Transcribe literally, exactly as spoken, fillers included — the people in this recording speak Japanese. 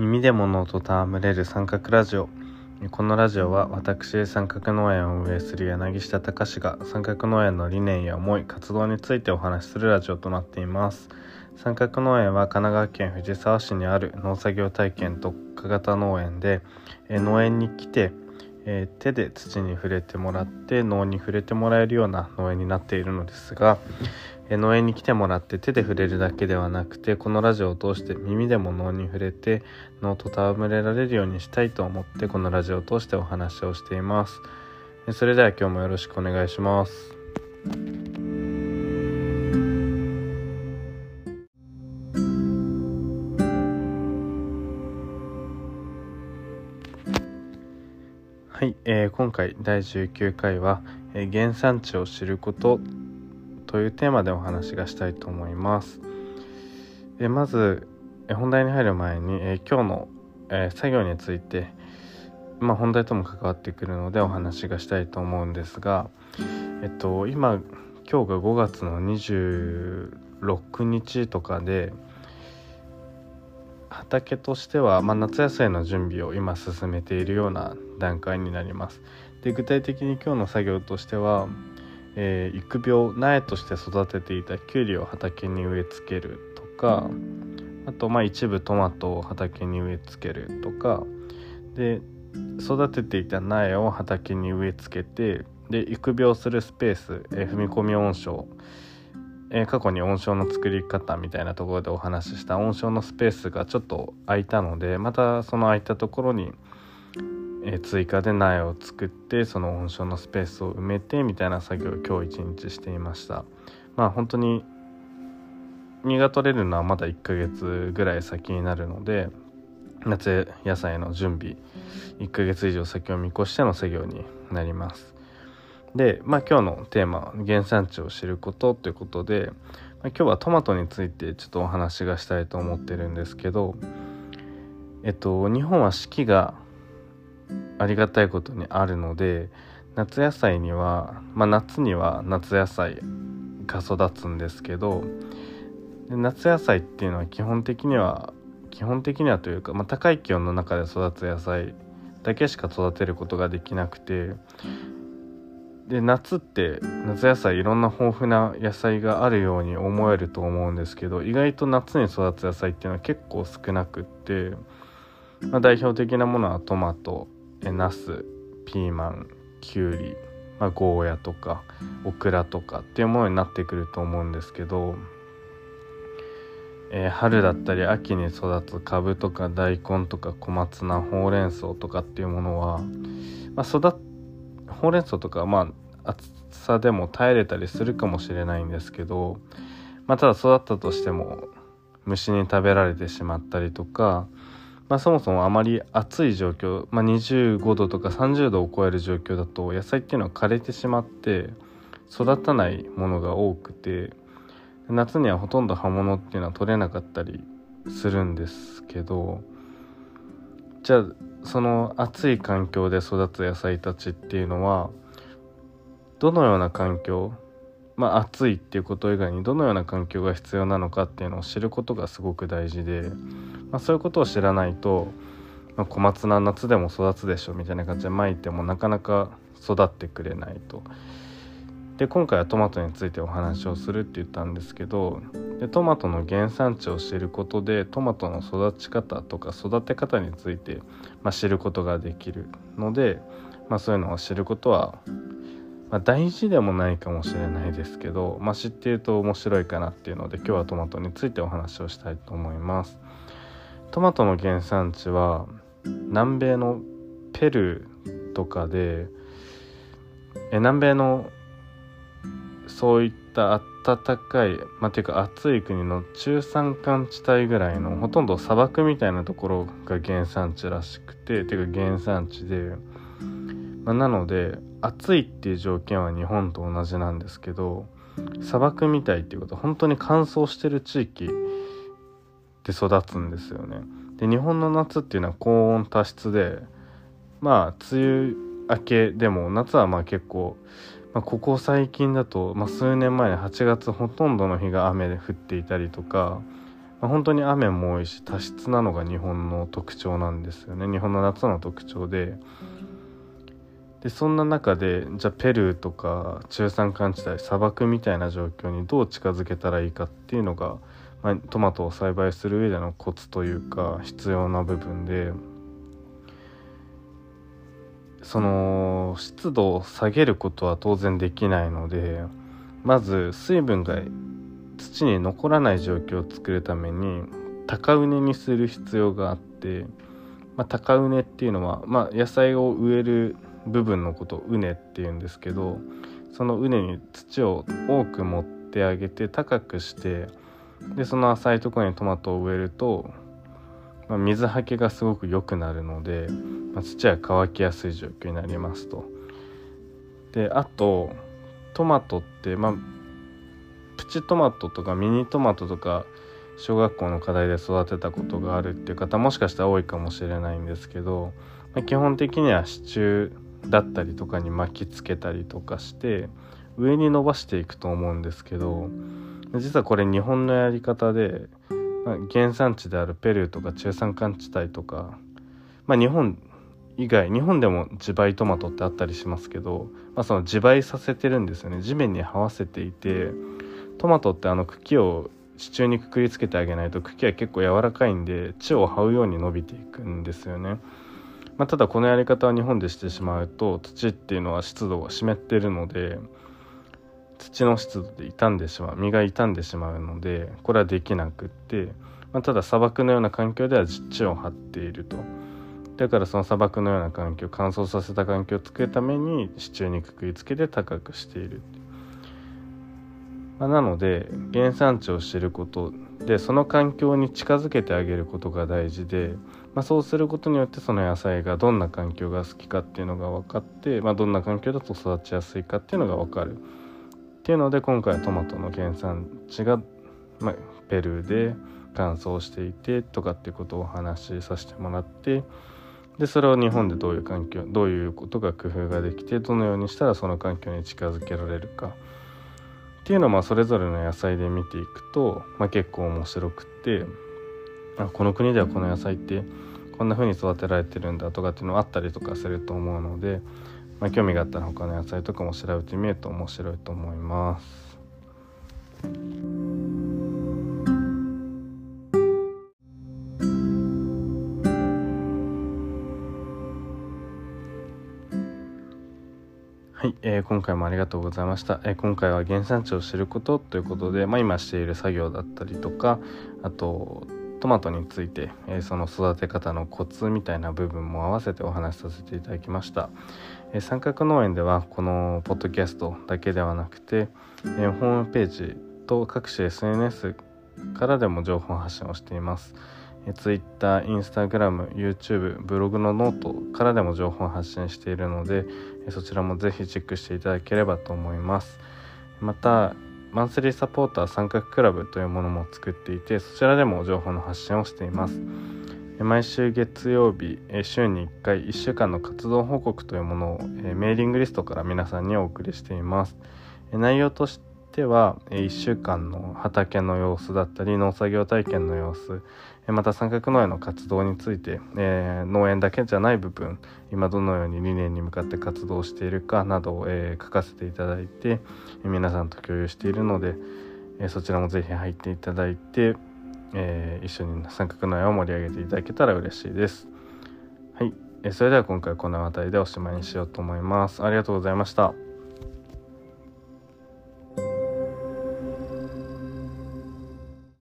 耳で物と戯れる三角ラジオ。このラジオは私三角農園を運営する柳下隆が三角農園の理念や思い、活動についてお話しするラジオとなっています。三角農園は神奈川県藤沢市にある農作業体験特化型農園で、え農園に来て、え手で土に触れてもらって農に触れてもらえるような農園になっているのですが、農園に来てもらって手で触れるだけではなくて、このラジオを通して耳でも農に触れて農と戯れられるようにしたいと思ってこのラジオを通してお話をしています。それでは今日もよろしくお願いします。はい、えー、今回だいじゅうきゅうかいは、えー、原産地を知ることというテーマでお話がしたいと思います。えまずえ本題に入る前に、え今日の、え作業について、まあ、本題とも関わってくるのでお話がしたいと思うんですが、えっと今今日がごがつのにじゅうろくにちとかで、畑としては、まあ、夏野菜の準備を今進めているような段階になります。で具体的に今日の作業としては、えー、育苗苗として育てていたキュウリを畑に植え付けるとか、あとまあ一部トマトを畑に植え付けるとかで、育てていた苗を畑に植え付けて、で育苗するスペース、えー、踏み込み温床、えー、過去に温床の作り方みたいなところでお話しした温床のスペースがちょっと空いたので、またその空いたところに、えー、追加で苗を作って、その温床のスペースを埋めてみたいな作業を今日一日していました。まあ本当に実が取れるのはまだいっかげつぐらい先になるので、夏野菜の準備いっかげつ以上先を見越しての作業になります。で、まあ、今日のテーマは原産地を知ることということで、まあ、今日はトマトについてちょっとお話がしたいと思ってるんですけど、えっと日本は四季がありがたいことにあるので、夏野菜には、まあ、夏には夏野菜が育つんですけど、で夏野菜っていうのは基本的には基本的にはというか、まあ、高い気温の中で育つ野菜だけしか育てることができなくて、で夏って夏野菜いろんな豊富な野菜があるように思えると思うんですけど、意外と夏に育つ野菜っていうのは結構少なくって、まあ、代表的なものはトマト、えナス、ピーマン、キュウリ、まあ、ゴーヤとかオクラとかっていうものになってくると思うんですけど、えー、春だったり秋に育つカブとか大根とか小松菜、ほうれん草とかっていうものは、まあ、育っほうれん草とかはまあ暑さでも耐えれたりするかもしれないんですけど、まあ、ただ育ったとしても虫に食べられてしまったりとか、まあ、そもそもあまり暑い状況、まあ、にじゅうごどとかさんじゅうどを超える状況だと野菜っていうのは枯れてしまって育たないものが多くて、夏にはほとんど葉物っていうのは取れなかったりするんですけど、じゃあその暑い環境で育つ野菜たちっていうのはどのような環境、まあ暑いっていうこと以外にどのような環境が必要なのかっていうのを知ることがすごく大事で、まあ、そういうことを知らないと、まあ、小松菜夏でも育つでしょみたいな感じで撒いてもなかなか育ってくれないと。で今回はトマトについてお話をするって言ったんですけど、でトマトの原産地を知ることでトマトの育ち方とか育て方について、まあ、知ることができるので、まあ、そういうのを知ることは、まあ、大事でもないかもしれないですけど、まあ、知っていると面白いかなっていうので今日はトマトについてお話をしたいと思います。トマトの原産地は南米のペルーとかで、え南米のそういった暖かい、まあ、ていうか暑い国の中山間地帯ぐらいのほとんど砂漠みたいなところが原産地らしくて、ていうか原産地で、まあ、なので暑いっていう条件は日本と同じなんですけど、砂漠みたいっていうことは本当に乾燥してる地域で育つんですよね。で日本の夏っていうのは高温多湿で、まあ梅雨明けでも夏はまあ結構、まあ、ここ最近だと、まあ、数年前にはちがつほとんどの日が雨で降っていたりとか、 まあ、本当に雨も多いし多湿なのが日本の特徴なんですよね。日本の夏の特徴で、でそんな中でじゃあペルーとか中山間地帯砂漠みたいな状況にどう近づけたらいいかっていうのが、まあ、トマトを栽培する上でのコツというか必要な部分で、その湿度を下げることは当然できないので、まず水分が土に残らない状況を作るために高畝にする必要があって、まあ、高畝っていうのは、まあ、野菜を植える部分のことを畝っていうんですけど、その畝に土を多く持ってあげて高くして、でその浅いところにトマトを植えると、まあ、水はけがすごく良くなるので、まあ、土は乾きやすい状況になりますと。であとトマトって、まあ、プチトマトとかミニトマトとか小学校の課題で育てたことがあるっていう方もしかしたら多いかもしれないんですけど、まあ、基本的には支柱だったりとかに巻きつけたりとかして上に伸ばしていくと思うんですけど、実はこれ日本のやり方で、まあ、原産地であるペルーとか中山間地帯とか、まあ、日本以外日本でも自培トマトってあったりしますけど、まあ、その自培させてるんですよね。地面に這わせていて、トマトってあの茎を支柱にくくりつけてあげないと茎は結構柔らかいんで地を這うように伸びていくんですよね。まあ、ただこのやり方は日本でしてしまうと土っていうのは湿度が湿ってるので土の湿度で傷んでしまう実が傷んでしまうのでこれはできなくって、まあ、ただ砂漠のような環境では地を張っていると。だからその砂漠のような環境乾燥させた環境を作るために支柱にくくりつけて高くしている。まあ、なので原産地を知ることでその環境に近づけてあげることが大事で、まあ、そうすることによってその野菜がどんな環境が好きかっていうのが分かって、まあ、どんな環境だと育ちやすいかっていうのが分かるっていうので、今回はトマトの原産地が、まあ、ペルーで乾燥していてとかっていうことをお話しさせてもらって、でそれを日本でどういう環境どういうことが工夫ができてどのようにしたらその環境に近づけられるかっていうのをまあそれぞれの野菜で見ていくと、まあ、結構面白くって、あこの国ではこの野菜ってこんな風に育てられてるんだとかっていうのあったりとかすると思うので、まあ、興味があったら他の野菜とかも調べてみると面白いと思います。はい、えー、今回もありがとうございました。えー、今回は原産地を知ることということで、まあ、今している作業だったりとか、あとトマトについて、えー、その育て方のコツみたいな部分も合わせてお話しさせていただきました。えー、三角農園ではこのポッドキャストだけではなくて、えー、ホームページと各種 エスエヌエス からでも情報発信をしています。Twitter、Instagram、YouTube、ブログのノートからでも情報を発信しているので、そちらもぜひチェックしていただければと思います。また、マンスリーサポーター三角クラブというものも作っていて、そちらでも情報の発信をしています。毎週月曜日、週にいっかいいっしゅうかんの活動報告というものをメーリングリストから皆さんにお送りしています。内容としてはいっしゅうかんの畑の様子だったり農作業体験の様子、また三角農園の活動について、えー、農園だけじゃない部分今どのように理念に向かって活動しているかなどを、えー、書かせていただいて皆さんと共有しているので、えー、そちらもぜひ入っていただいて、えー、一緒に三角農園を盛り上げていただけたら嬉しいです。はい、えー、それでは今回はこの辺りでおしまいにしようと思います。ありがとうございました。